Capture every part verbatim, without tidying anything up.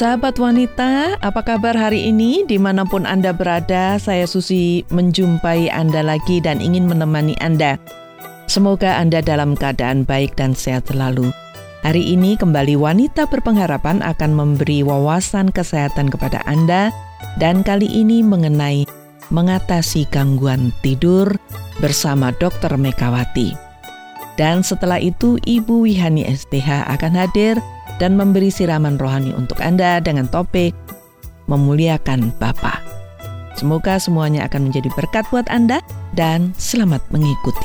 Sahabat wanita, apa kabar hari ini? Dimanapun Anda berada, saya Susi menjumpai Anda lagi dan ingin menemani Anda. Semoga Anda dalam keadaan baik dan sehat selalu. Hari ini kembali Wanita Berpengharapan akan memberi wawasan kesehatan kepada Anda, dan kali ini mengenai mengatasi gangguan tidur bersama dokter Megawati. Dan setelah itu Ibu Wihani S T H akan hadir dan memberi siraman rohani untuk Anda dengan topik memuliakan Bapa. Semoga semuanya akan menjadi berkat buat Anda dan selamat mengikuti.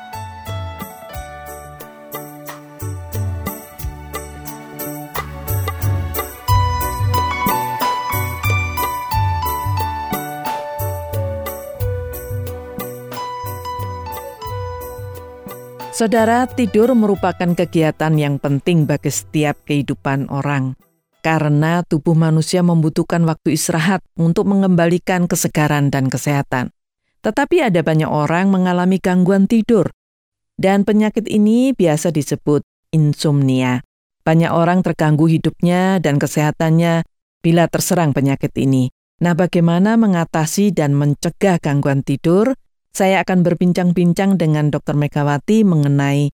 Saudara, tidur merupakan kegiatan yang penting bagi setiap kehidupan orang. Karena tubuh manusia membutuhkan waktu istirahat untuk mengembalikan kesegaran dan kesehatan. Tetapi ada banyak orang mengalami gangguan tidur. Dan penyakit ini biasa disebut insomnia. Banyak orang terganggu hidupnya dan kesehatannya bila terserang penyakit ini. Nah, bagaimana mengatasi dan mencegah gangguan tidur? Saya akan berbincang-bincang dengan dokter Megawati mengenai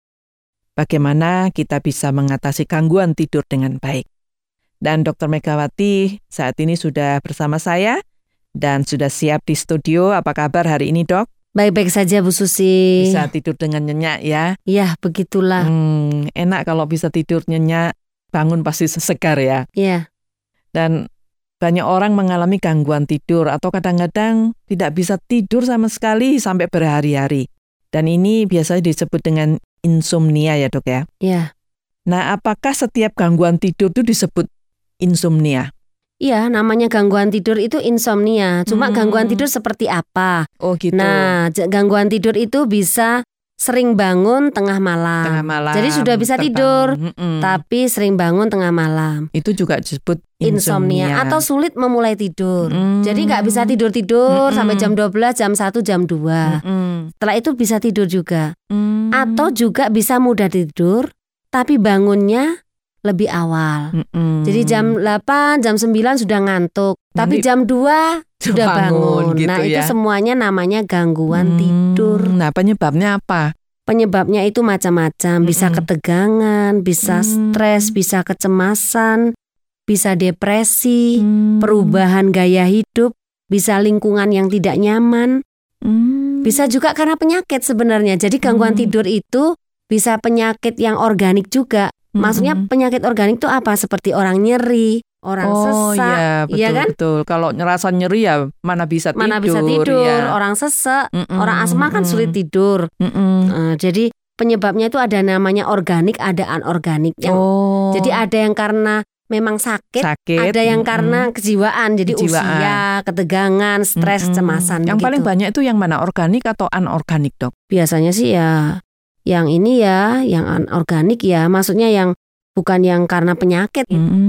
bagaimana kita bisa mengatasi gangguan tidur dengan baik. Dan dokter Megawati saat ini sudah bersama saya dan sudah siap di studio. Apa kabar hari ini, Dok? Baik-baik saja, Bu Susi. Bisa tidur dengan nyenyak ya? Iya, begitulah. Hmm, enak kalau bisa tidur nyenyak, bangun pasti segar ya? Iya. Dan banyak orang mengalami gangguan tidur atau kadang-kadang tidak bisa tidur sama sekali sampai berhari-hari. Dan ini biasanya disebut dengan insomnia ya, Dok ya? Iya. Nah, apakah setiap gangguan tidur itu disebut insomnia? Iya, namanya gangguan tidur itu insomnia. Cuma hmm. gangguan tidur seperti apa? Oh gitu. Nah, gangguan tidur itu bisa sering bangun tengah malam. Tengah malam. Jadi sudah bisa terbangun. tidur, Mm-mm. tapi sering bangun tengah malam. Itu juga disebut insomnia. insomnia. Atau sulit memulai tidur. Mm. Jadi gak bisa tidur-tidur Mm-mm. sampai jam dua belas, jam satu, jam dua. Mm-mm. Setelah itu bisa tidur juga. Mm. Atau juga bisa mudah tidur, tapi bangunnya lebih awal. Mm-mm. Jadi jam delapan, jam sembilan sudah ngantuk. Nanti tapi jam dua sudah bangun. bangun. Gitu nah, ya? Itu semuanya namanya gangguan hmm, tidur. Nah, penyebabnya apa? Penyebabnya itu macam-macam. Bisa hmm. ketegangan, bisa hmm. stres, bisa kecemasan, bisa depresi, hmm. perubahan gaya hidup, bisa lingkungan yang tidak nyaman. Hmm. Bisa juga karena penyakit sebenarnya. Jadi gangguan hmm. tidur itu bisa penyakit yang organik juga. Maksudnya hmm. penyakit organik itu apa? Seperti orang nyeri, orang oh, sesak, iya, betul, iya kan? Betul. Kalau ngerasa nyeri ya mana bisa tidur. Mana bisa tidur, ya. Orang sesak, Mm-mm. orang asma kan sulit tidur. Uh, jadi penyebabnya itu ada namanya organik, ada anorganik. Yang, oh. Jadi ada yang karena memang sakit, sakit. ada yang karena mm. kejiwaan. Jadi kejiwaan. Usia, ketegangan, stres, Mm-mm. cemasan. Yang begitu. paling banyak itu yang mana, organik atau anorganik, Dok? Biasanya sih ya yang ini ya, yang anorganik ya, maksudnya yang bukan yang karena penyakit.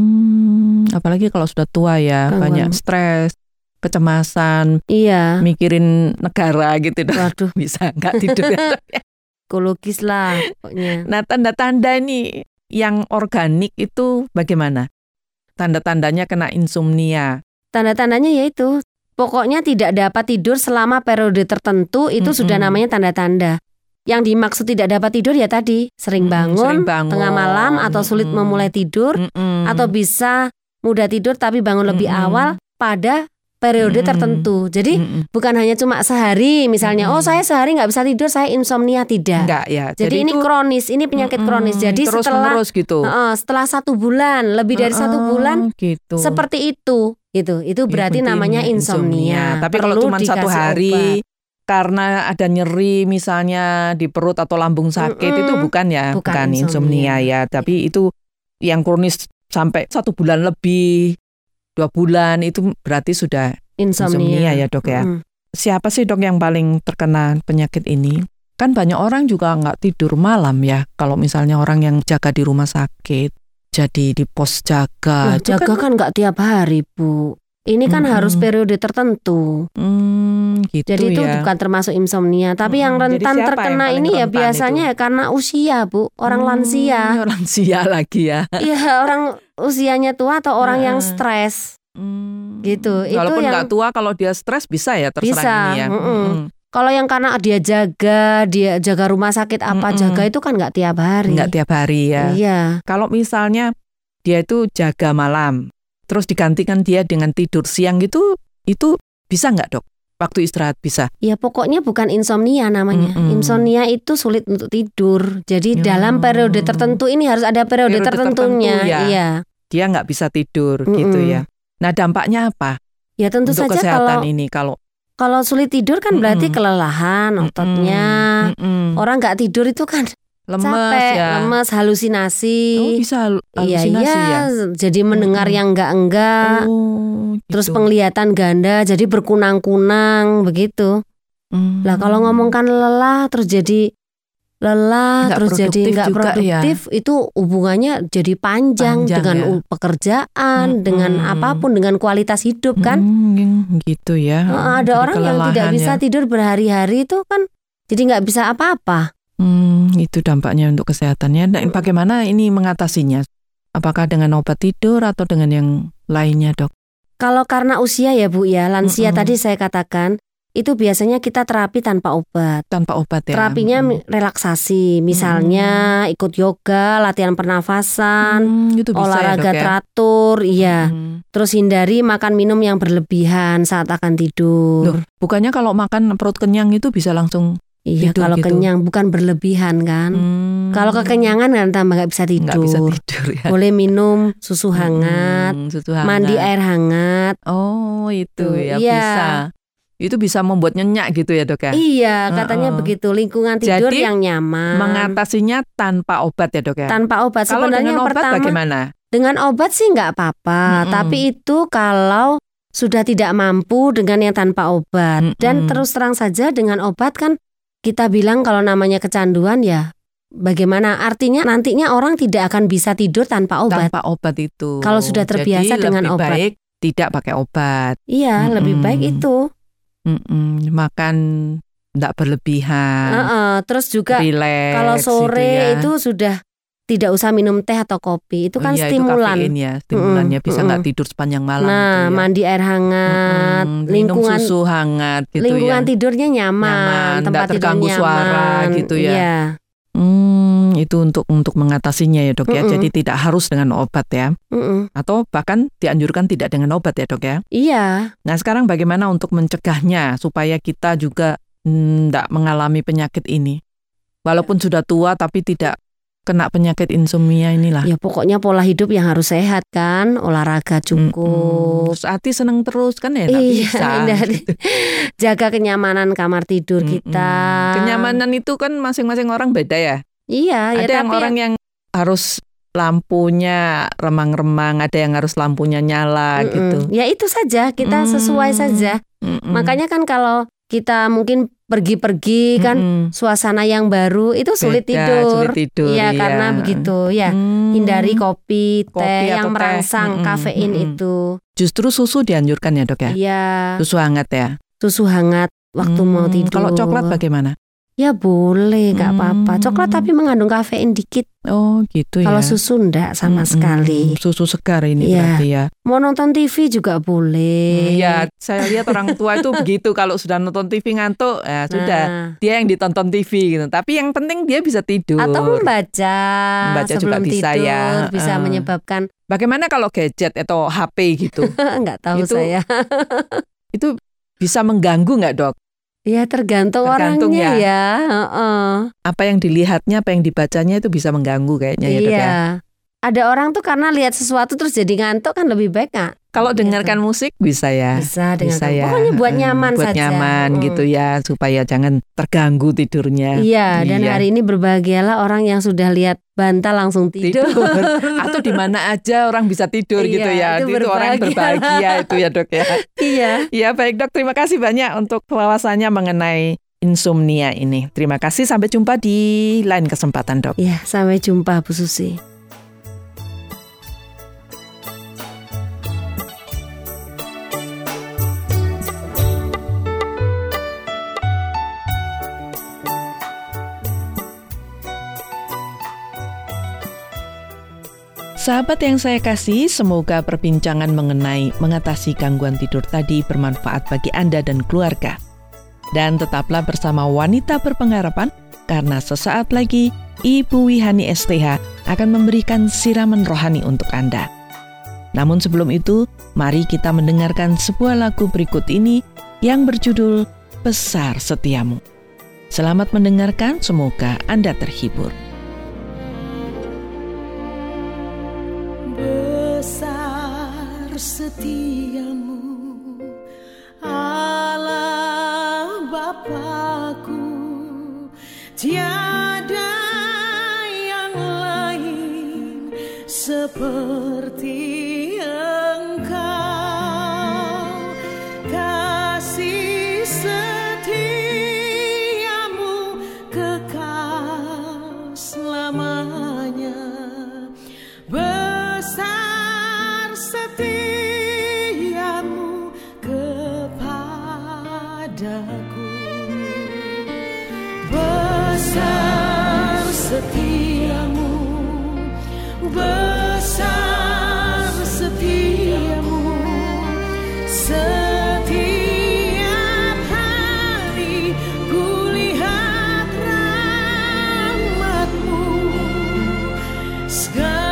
Hmm, apalagi kalau sudah tua ya, Gangguan. Banyak stres, kecemasan, iya, mikirin negara gitu. Waduh, bisa nggak tidur ya? Psikologis lah pokoknya. Nah, tanda-tanda ini yang organik itu bagaimana? Tanda-tandanya kena insomnia. Tanda-tandanya yaitu pokoknya tidak dapat tidur selama periode tertentu, itu Mm-mm. sudah namanya tanda-tanda. Yang dimaksud tidak dapat tidur ya tadi sering bangun, hmm, sering bangun tengah malam atau sulit hmm. memulai tidur hmm. atau bisa mudah tidur tapi bangun lebih hmm. awal pada periode hmm. tertentu. Jadi hmm. bukan hanya cuma sehari misalnya, hmm. oh saya sehari nggak bisa tidur, saya insomnia, tidak. Enggak, ya. Jadi, Jadi ini itu, kronis, ini penyakit hmm. kronis. Jadi terus setelah gitu. uh, setelah satu bulan, lebih dari uh, satu bulan gitu. Seperti itu, gitu. Itu berarti ya, namanya insomnia. insomnia. Tapi kalau cuma satu hari obat. Karena ada nyeri misalnya di perut atau lambung sakit, Mm-mm. itu bukan ya, bukan, bukan insomnia. insomnia ya. Tapi itu yang kronis sampai satu bulan lebih, dua bulan itu berarti sudah insomnia, insomnia ya, Dok ya. Mm. Siapa sih, Dok, yang paling terkena penyakit ini? Kan banyak orang juga nggak tidur malam ya. Kalau misalnya orang yang jaga di rumah sakit, jadi di pos jaga. Nah, jaga kan nggak kan tiap hari, Bu. Ini kan Mm-mm. harus periode tertentu. Hmm, gitu Jadi itu ya. bukan termasuk insomnia. Tapi yang Mm-mm. Jadi rentan siapa terkena yang paling ini ya rentan biasanya itu? ya karena usia, Bu. Orang Hmm, lansia. lansia lagi ya. Iya, orang usianya tua atau orang yang Heeh. stres. Hmm. Gitu. Itu Walaupun yang nggak tua, kalau dia stres bisa ya terserang bisa. ini ya. Mm-mm. Mm-mm. Kalau yang karena dia jaga, dia jaga rumah sakit apa, Mm-mm. jaga itu kan nggak tiap hari. Nggak tiap hari ya. Iya. Kalau misalnya dia itu jaga malam, terus digantikan dia dengan tidur siang gitu, itu bisa nggak dok? Waktu istirahat bisa? Ya pokoknya bukan insomnia namanya. Mm-mm. Insomnia itu sulit untuk tidur. Jadi Oh. dalam periode tertentu ini harus ada periode, Periode tertentunya. tertentu ya. Iya. Dia nggak bisa tidur Mm-mm. gitu ya. Nah dampaknya apa Ya tentu untuk saja kesehatan kalau ini kalau kalau sulit tidur kan berarti Mm-mm. kelelahan ototnya. Mm-mm. Orang nggak tidur itu kan lemes capek, ya. lemes, halusinasi. Oh bisa hal- Iya, halusinasi iya, ya. jadi mendengar Mm-mm. yang enggak-enggak. Oh, Terus gitu. penglihatan ganda, jadi berkunang-kunang begitu. Hmm. Lah kalau ngomongkan lelah terus jadi lelah Nggak terus jadi produktif nggak juga produktif itu hubungannya jadi panjang, Panjang dengan ya. u- pekerjaan, Mm-mm. dengan apapun, dengan kualitas hidup kan. Hmm, gitu ya. Heeh, ada Jadi orang yang tidak kelelahan bisa ya. tidur berhari-hari itu kan jadi nggak bisa apa-apa. Hmm, itu dampaknya untuk kesehatannya. Dan bagaimana ini mengatasinya? Apakah dengan obat tidur atau dengan yang lainnya, dok? Kalau karena usia ya Bu ya, lansia Mm-mm. tadi saya katakan itu biasanya kita terapi tanpa obat. Tanpa obat ya? Terapinya Mm-mm. relaksasi, misalnya ikut yoga, latihan pernafasan, Hmm, itu bisa olahraga ya, dok ya? teratur, iya. Hmm. Terus hindari makan minum yang berlebihan saat akan tidur. Loh, bukannya kalau makan perut kenyang itu bisa langsung Iya, tidur kalau gitu? kenyang bukan berlebihan kan. Hmm, Kalau kekenyangan kan tambah nggak bisa tidur. nggak bisa tidur ya? Boleh minum susu hangat, Hmm, susu hangat. mandi air hangat. Oh, itu Tuh, ya iya. bisa. Itu bisa membuat nyenyak gitu ya, dok ya? Iya, katanya Heeh. begitu. Lingkungan tidur Jadi, yang nyaman. Mengatasinya tanpa obat ya, dok ya? Tanpa obat. Kalau Sebenarnya dengan yang obat pertama bagaimana? dengan obat sih nggak apa-apa. Mm-mm. Tapi itu kalau sudah tidak mampu dengan yang tanpa obat. Mm-mm. Dan terus terang saja dengan obat kan kita bilang kalau namanya kecanduan ya bagaimana? Artinya nantinya orang tidak akan bisa tidur tanpa obat. Tanpa obat itu. Kalau sudah terbiasa Jadi dengan lebih obat. baik tidak pakai obat. Iya, Mm-mm. lebih baik itu. Mm-mm. Makan tidak berlebihan. Heeh, terus juga Relax kalau sore gitu ya. itu sudah tidak usah minum teh atau kopi. Itu Oh kan iya, itu stimulan. kafein ya, stimulannya Mm-mm, bisa nggak tidur sepanjang malam Nah, gitu ya. mandi air hangat, Mm-mm. Minum lingkungan susu hangat gitu lingkungan ya. tidurnya nyaman, Nyaman, tempat nggak tidur terganggu nyaman. suara gitu ya. Iya. Hmm, itu untuk untuk mengatasinya ya, dok ya. Mm-mm. Jadi tidak harus dengan obat ya. Mm-mm. Atau bahkan dianjurkan tidak dengan obat ya, dok ya. Iya. Nah, sekarang bagaimana untuk mencegahnya supaya kita juga tidak mengalami penyakit ini? Walaupun sudah tua tapi tidak kena penyakit insomnia inilah. Ya pokoknya pola hidup yang harus sehat kan, olahraga cukup. Terus hati seneng terus kan ya nggak Iya, bisa. hindari. gitu. Jaga kenyamanan kamar tidur Mm-mm. kita. Kenyamanan itu kan masing-masing orang beda ya. Iya, ya Ada yang tapi orang yang harus lampunya remang-remang, ada yang harus lampunya nyala Mm-mm. gitu. Ya itu saja, kita Mm. sesuai saja. Mm-mm. Makanya kan kalau kita mungkin pergi-pergi kan Mm-mm. suasana yang baru itu sulit Beda, tidur. sulit tidur, Iya, iya. karena begitu ya. Hmm. Hindari kopi, Kopi teh atau yang teh. merangsang Mm-mm, kafein mm-mm. itu. Justru susu dianjurkan ya, dok ya. Iya, Susu hangat ya. susu hangat waktu Hmm, mau tidur. Kalau coklat bagaimana? Ya boleh, nggak Hmm. apa-apa. Coklat tapi mengandung kafein dikit. Oh gitu ya. Kalau susu enggak sama Mm-mm. sekali. Susu segar ini Iya. berarti ya. Mau nonton T V juga boleh. Ya, saya lihat orang tua itu begitu, kalau sudah nonton T V ngantuk, ya sudah Nah, dia yang ditonton T V gitu. Tapi yang penting dia bisa tidur. atau membaca, Membaca juga sebelum bisa tidur ya. bisa Heeh. menyebabkan Bagaimana kalau gadget atau H P gitu? nggak tahu Itu saya. Itu bisa mengganggu nggak, dok? Ya tergantung, Tergantung orangnya ya. ya. Heeh. Apa yang dilihatnya, apa yang dibacanya itu bisa mengganggu kayaknya ya, dok ya. Iya. Ada orang tuh karena lihat sesuatu terus jadi ngantuk kan lebih baik nggak? Kalau Gitu. dengarkan musik bisa ya. Bisa dengan Bisa ya. pokoknya buat Heeh, nyaman buat saja. nyaman Mm. gitu ya, supaya jangan terganggu tidurnya. Iya, dan Iya. hari ini berbahagialah orang yang sudah lihat bantal langsung tidur. Tidur. Atau di mana aja orang bisa tidur Iya, gitu ya. itu Itu, orang yang berbahagia. berbahagia itu ya, dok ya. Iya. Ya baik, dok, terima kasih banyak untuk wawasannya mengenai insomnia ini. Terima kasih, sampai jumpa di lain kesempatan, dok. Ya, sampai jumpa Bu Susi. Sahabat yang saya kasih, semoga perbincangan mengenai mengatasi gangguan tidur tadi bermanfaat bagi Anda dan keluarga. Dan tetaplah bersama Wanita Berpengharapan, karena sesaat lagi Ibu Wihani S T H akan memberikan siraman rohani untuk Anda. Namun sebelum itu, mari kita mendengarkan sebuah lagu berikut ini yang berjudul Besar Setiamu. Selamat mendengarkan, semoga Anda terhibur. Besar setiamu, Allah Bapa-Ku, tiada yang lain seperti Engkau. Kasih setiamu kekal selamanya. Besar setiamu kepadaku, besar setiamu, besar setiamu, setiap hari kulihat rahmat-Mu. Segala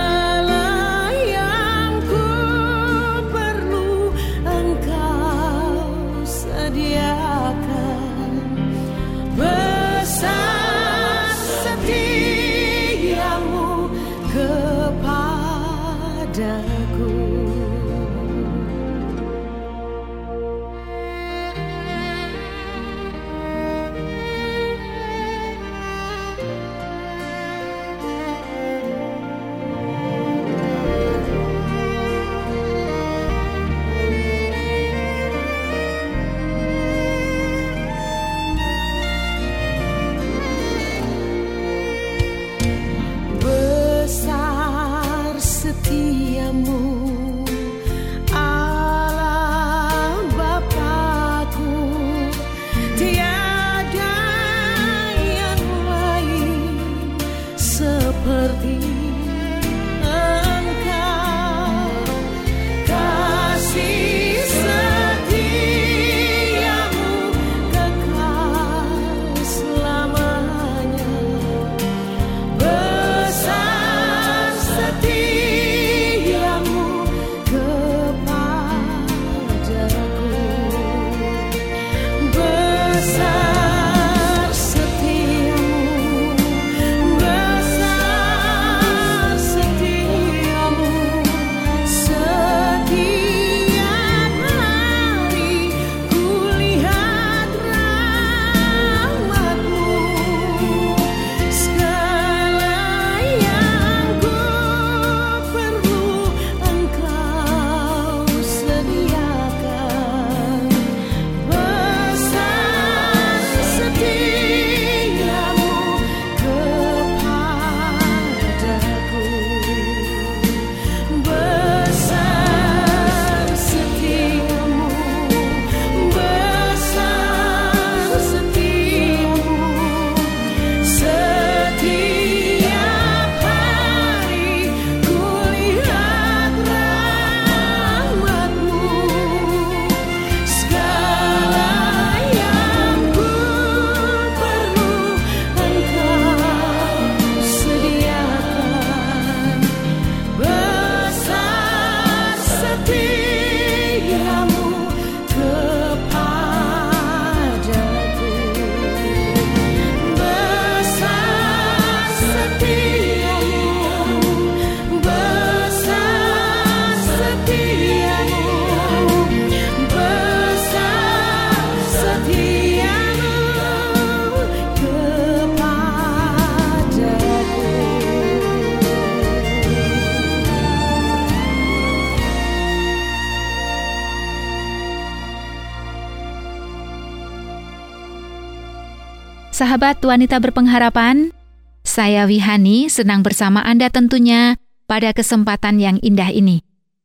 Sahabat Wanita Berpengharapan, saya Wihani senang bersama Anda tentunya pada kesempatan yang indah ini.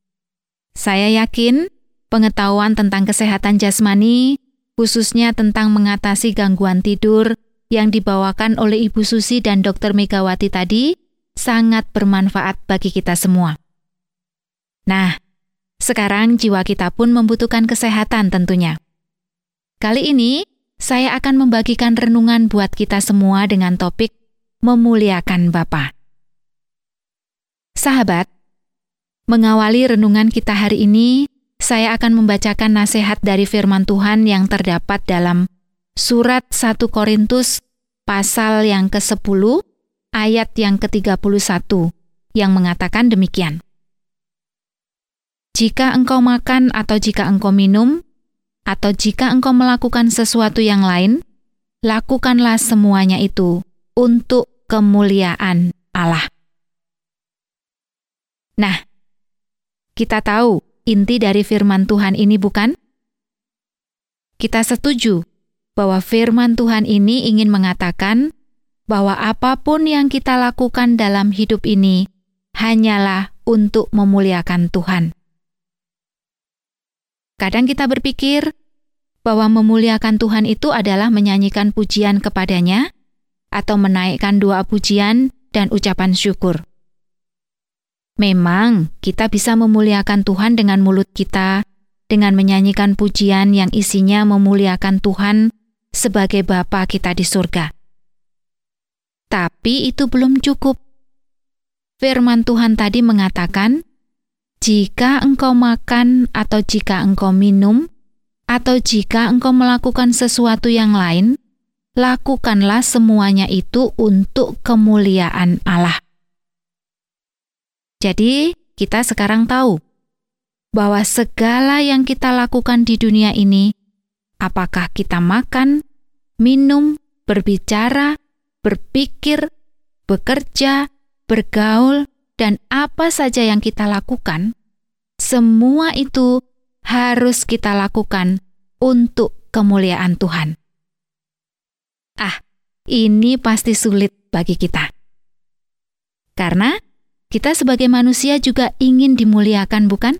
Saya yakin pengetahuan tentang kesehatan jasmani, khususnya tentang mengatasi gangguan tidur yang dibawakan oleh Ibu Susi dan Dokter Megawati tadi, sangat bermanfaat bagi kita semua. Nah, sekarang jiwa kita pun membutuhkan kesehatan tentunya. Kali ini, saya akan membagikan renungan buat kita semua dengan topik memuliakan Bapa. Sahabat, mengawali renungan kita hari ini, saya akan membacakan nasihat dari firman Tuhan yang terdapat dalam surat satu Korintus pasal yang kesepuluh, ayat yang ke tiga puluh satu, yang mengatakan demikian. Jika engkau makan atau jika engkau minum, atau jika engkau melakukan sesuatu yang lain, lakukanlah semuanya itu untuk kemuliaan Allah. Nah, kita tahu inti dari firman Tuhan ini, bukan? Kita setuju bahwa firman Tuhan ini ingin mengatakan bahwa apapun yang kita lakukan dalam hidup ini hanyalah untuk memuliakan Tuhan. Kadang kita berpikir bahwa memuliakan Tuhan itu adalah menyanyikan pujian kepadanya atau menaikkan doa pujian dan ucapan syukur. Memang kita bisa memuliakan Tuhan dengan mulut kita, dengan menyanyikan pujian yang isinya memuliakan Tuhan sebagai Bapa kita di surga. Tapi itu belum cukup. Firman Tuhan tadi mengatakan, jika engkau makan atau jika engkau minum, atau jika engkau melakukan sesuatu yang lain, lakukanlah semuanya itu untuk kemuliaan Allah. Jadi, kita sekarang tahu bahwa segala yang kita lakukan di dunia ini, apakah kita makan, minum, berbicara, berpikir, bekerja, bergaul, dan apa saja yang kita lakukan, semua itu harus kita lakukan untuk kemuliaan Tuhan. Ah, ini pasti sulit bagi kita. Karena kita sebagai manusia juga ingin dimuliakan, bukan?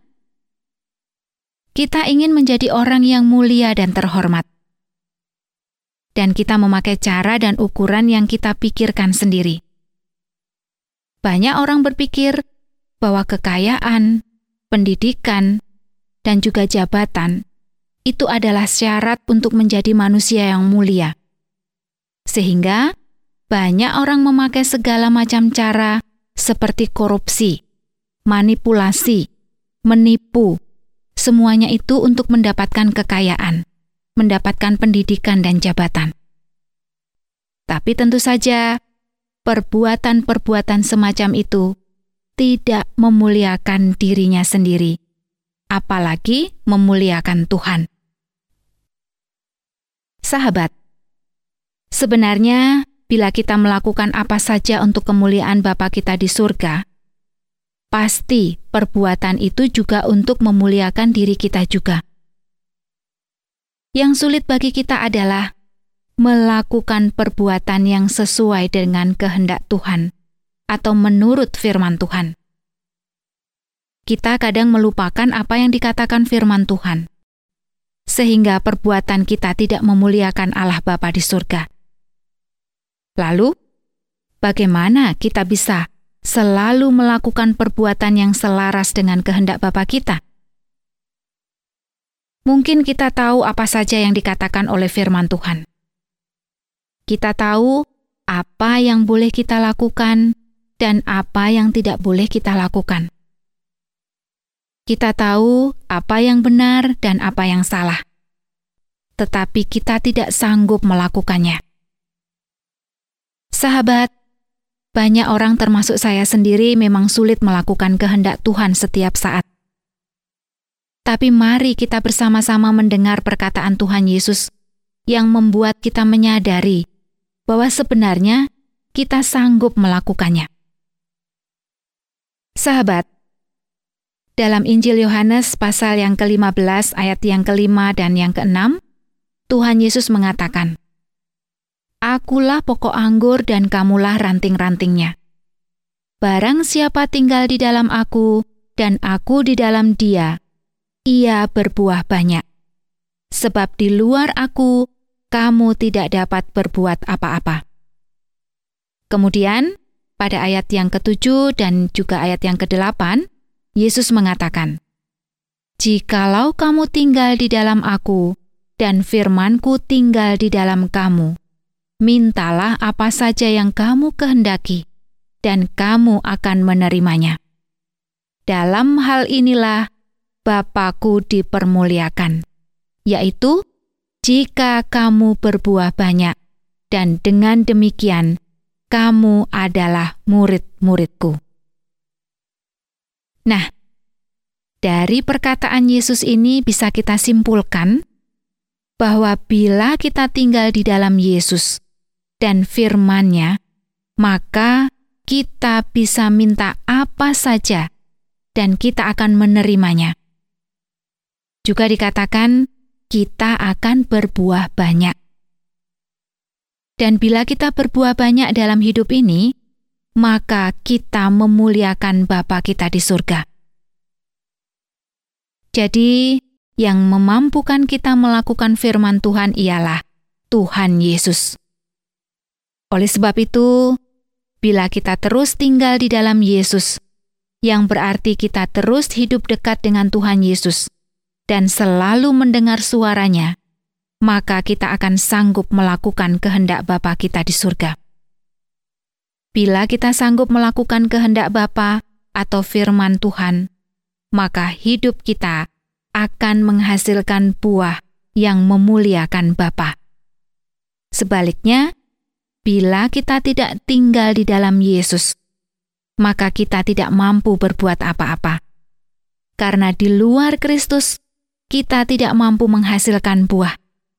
Kita ingin menjadi orang yang mulia dan terhormat. Dan kita memakai cara dan ukuran yang kita pikirkan sendiri. Banyak orang berpikir bahwa kekayaan, pendidikan, dan juga jabatan itu adalah syarat untuk menjadi manusia yang mulia. Sehingga banyak orang memakai segala macam cara seperti korupsi, manipulasi, menipu, semuanya itu untuk mendapatkan kekayaan, mendapatkan pendidikan dan jabatan. Tapi tentu saja, perbuatan-perbuatan semacam itu tidak memuliakan dirinya sendiri, apalagi memuliakan Tuhan. Sahabat, sebenarnya bila kita melakukan apa saja untuk kemuliaan Bapa kita di surga, pasti perbuatan itu juga untuk memuliakan diri kita juga. Yang sulit bagi kita adalah melakukan perbuatan yang sesuai dengan kehendak Tuhan atau menurut firman Tuhan. Kita kadang melupakan apa yang dikatakan firman Tuhan, sehingga perbuatan kita tidak memuliakan Allah Bapa di surga. Lalu, bagaimana kita bisa selalu melakukan perbuatan yang selaras dengan kehendak Bapa kita? Mungkin kita tahu apa saja yang dikatakan oleh firman Tuhan. Kita tahu apa yang boleh kita lakukan dan apa yang tidak boleh kita lakukan. Kita tahu apa yang benar dan apa yang salah. Tetapi kita tidak sanggup melakukannya. Sahabat, banyak orang termasuk saya sendiri memang sulit melakukan kehendak Tuhan setiap saat. Tapi mari kita bersama-sama mendengar perkataan Tuhan Yesus yang membuat kita menyadari bahwa sebenarnya kita sanggup melakukannya. Sahabat, dalam Injil Yohanes pasal yang kelima belas ayat yang kelima dan yang keenam, Tuhan Yesus mengatakan, Akulah pokok anggur dan kamulah ranting-rantingnya. Barang siapa tinggal di dalam aku dan aku di dalam dia, ia berbuah banyak. Sebab di luar aku, kamu tidak dapat berbuat apa-apa. Kemudian, pada ayat yang ketujuh dan juga ayat yang kedelapan, Yesus mengatakan, "Jikalau kamu tinggal di dalam aku, dan firman-Ku tinggal di dalam kamu, mintalah apa saja yang kamu kehendaki, dan kamu akan menerimanya. Dalam hal inilah Bapa-Ku dipermuliakan, yaitu jika kamu berbuah banyak, dan dengan demikian kamu adalah murid-murid-Ku." Nah, dari perkataan Yesus ini bisa kita simpulkan bahwa bila kita tinggal di dalam Yesus dan firman-Nya, maka kita bisa minta apa saja dan kita akan menerimanya. Juga dikatakan kita akan berbuah banyak. Dan bila kita berbuah banyak dalam hidup ini, maka kita memuliakan Bapa kita di surga. Jadi, yang memampukan kita melakukan firman Tuhan ialah Tuhan Yesus. Oleh sebab itu, bila kita terus tinggal di dalam Yesus, yang berarti kita terus hidup dekat dengan Tuhan Yesus dan selalu mendengar suara-Nya, maka kita akan sanggup melakukan kehendak Bapa kita di surga. Bila kita sanggup melakukan kehendak Bapa atau firman Tuhan, maka hidup kita akan menghasilkan buah yang memuliakan Bapa. Sebaliknya, bila kita tidak tinggal di dalam Yesus, maka kita tidak mampu berbuat apa-apa. Karena di luar Kristus, kita tidak mampu menghasilkan buah.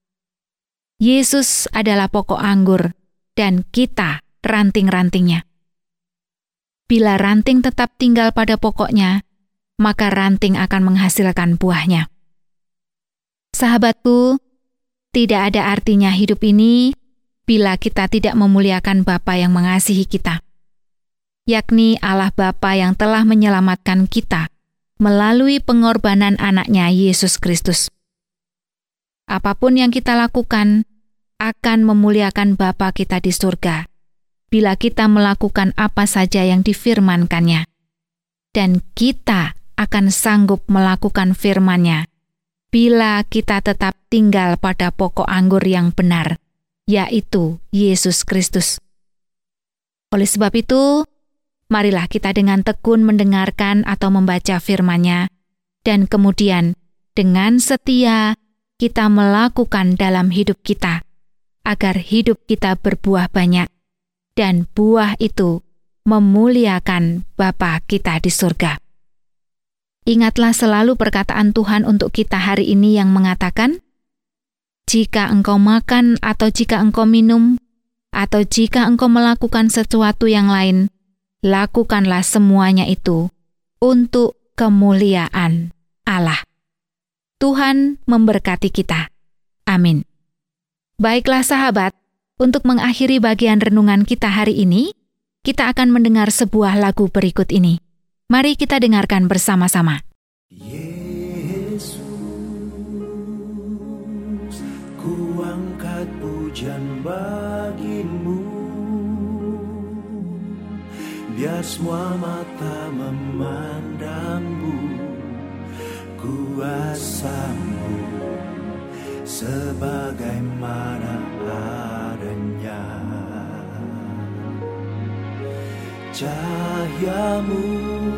Yesus adalah pokok anggur, dan kita ranting-rantingnya. Bila ranting tetap tinggal pada pokoknya, maka ranting akan menghasilkan buahnya. Sahabatku, tidak ada artinya hidup ini bila kita tidak memuliakan Bapa yang mengasihi kita, yakni Allah Bapa yang telah menyelamatkan kita melalui pengorbanan anaknya Yesus Kristus. Apapun yang kita lakukan akan memuliakan Bapa kita di surga bila kita melakukan apa saja yang difirmankannya, dan kita akan sanggup melakukan firman-Nya bila kita tetap tinggal pada pokok anggur yang benar, yaitu Yesus Kristus. Oleh sebab itu, marilah kita dengan tekun mendengarkan atau membaca firman-Nya, dan kemudian dengan setia kita melakukan dalam hidup kita, agar hidup kita berbuah banyak, dan buah itu memuliakan Bapa kita di surga. Ingatlah selalu perkataan Tuhan untuk kita hari ini yang mengatakan, "Jika engkau makan atau jika engkau minum, atau jika engkau melakukan sesuatu yang lain, lakukanlah semuanya itu untuk kemuliaan Allah." Tuhan memberkati kita. Amin. Baiklah sahabat, untuk mengakhiri bagian renungan kita hari ini, kita akan mendengar sebuah lagu berikut ini. Mari kita dengarkan bersama-sama. Yesus, ku angkat pujian bagi-Mu, biar semua mata memandang-Mu, kuasa-Mu sebagaimana adanya. Cahaya-Mu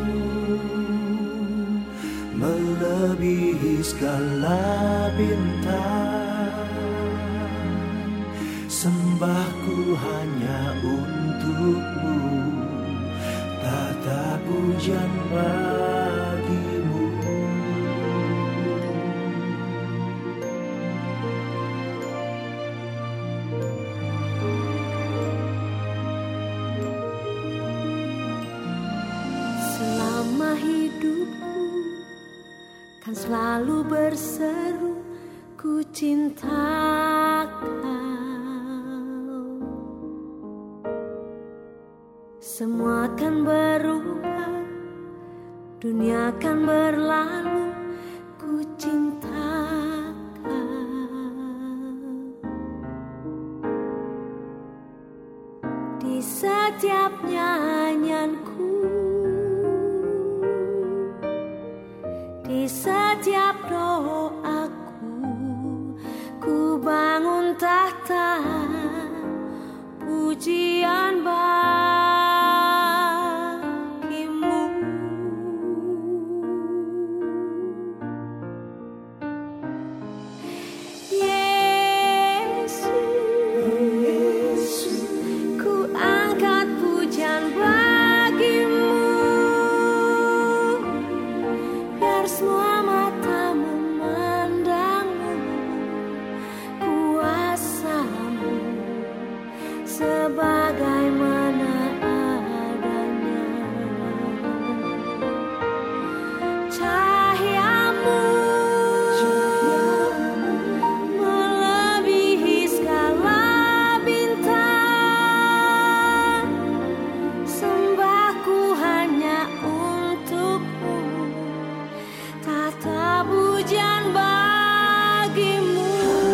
melebihi segala bintang. Sembahku hanya untuk-Mu, tata pujian bagi-Mu. Kan selalu berseru, ku cinta Kau. Semua kan berubah, dunia kan berlalu, ku cinta Kau. di setiap nyanyianku, di setiap doaku, ku bangun tahta pujian bagimu. Yesus, ku angkat pujian bagimu, biar semua mata memandangmu, kuasamu sebagaimana adanya. Cahayamu melebihi segala bintang, sembahku hanya untukmu, tahta pujian bagimu.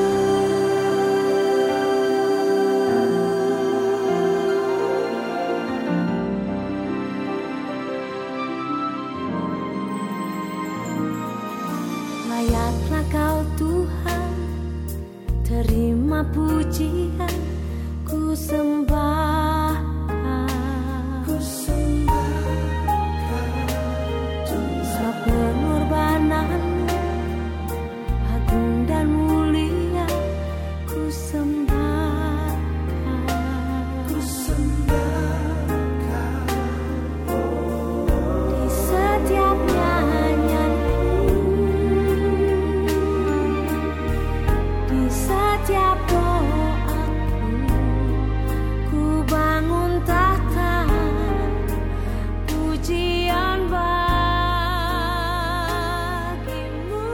Layaklah Kau Tuhan, terima pujian, ku sembahkan, ku sembahkan sebab pengorbananmu agung dan mulia, ku sembahkan, ku sembahkan di setiap nyanyianku, di setiap doaku, ku bangun tahta pujian bagimu.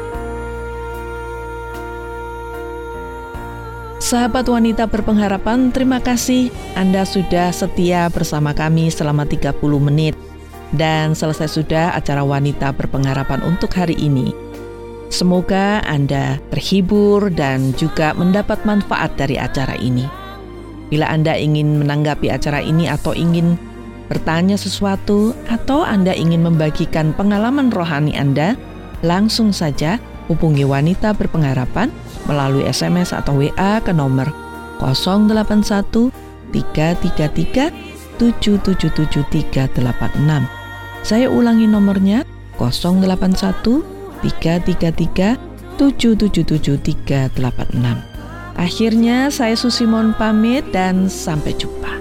Sahabat wanita berpengharapan, terima kasih Anda sudah setia bersama kami selama tiga puluh menit. Dan selesai sudah acara wanita berpengharapan untuk hari ini. Semoga Anda terhibur dan juga mendapat manfaat dari acara ini. Bila Anda ingin menanggapi acara ini atau ingin bertanya sesuatu, atau Anda ingin membagikan pengalaman rohani Anda, langsung saja hubungi Wanita Berpengharapan melalui S M S atau W A ke nomor nol delapan satu tiga tiga tiga tujuh tujuh tujuh tiga delapan enam. Saya ulangi nomornya nol delapan satu tiga tiga tiga tujuh tujuh tujuh tiga delapan enam. Akhirnya saya Susi mohon pamit dan sampai jumpa.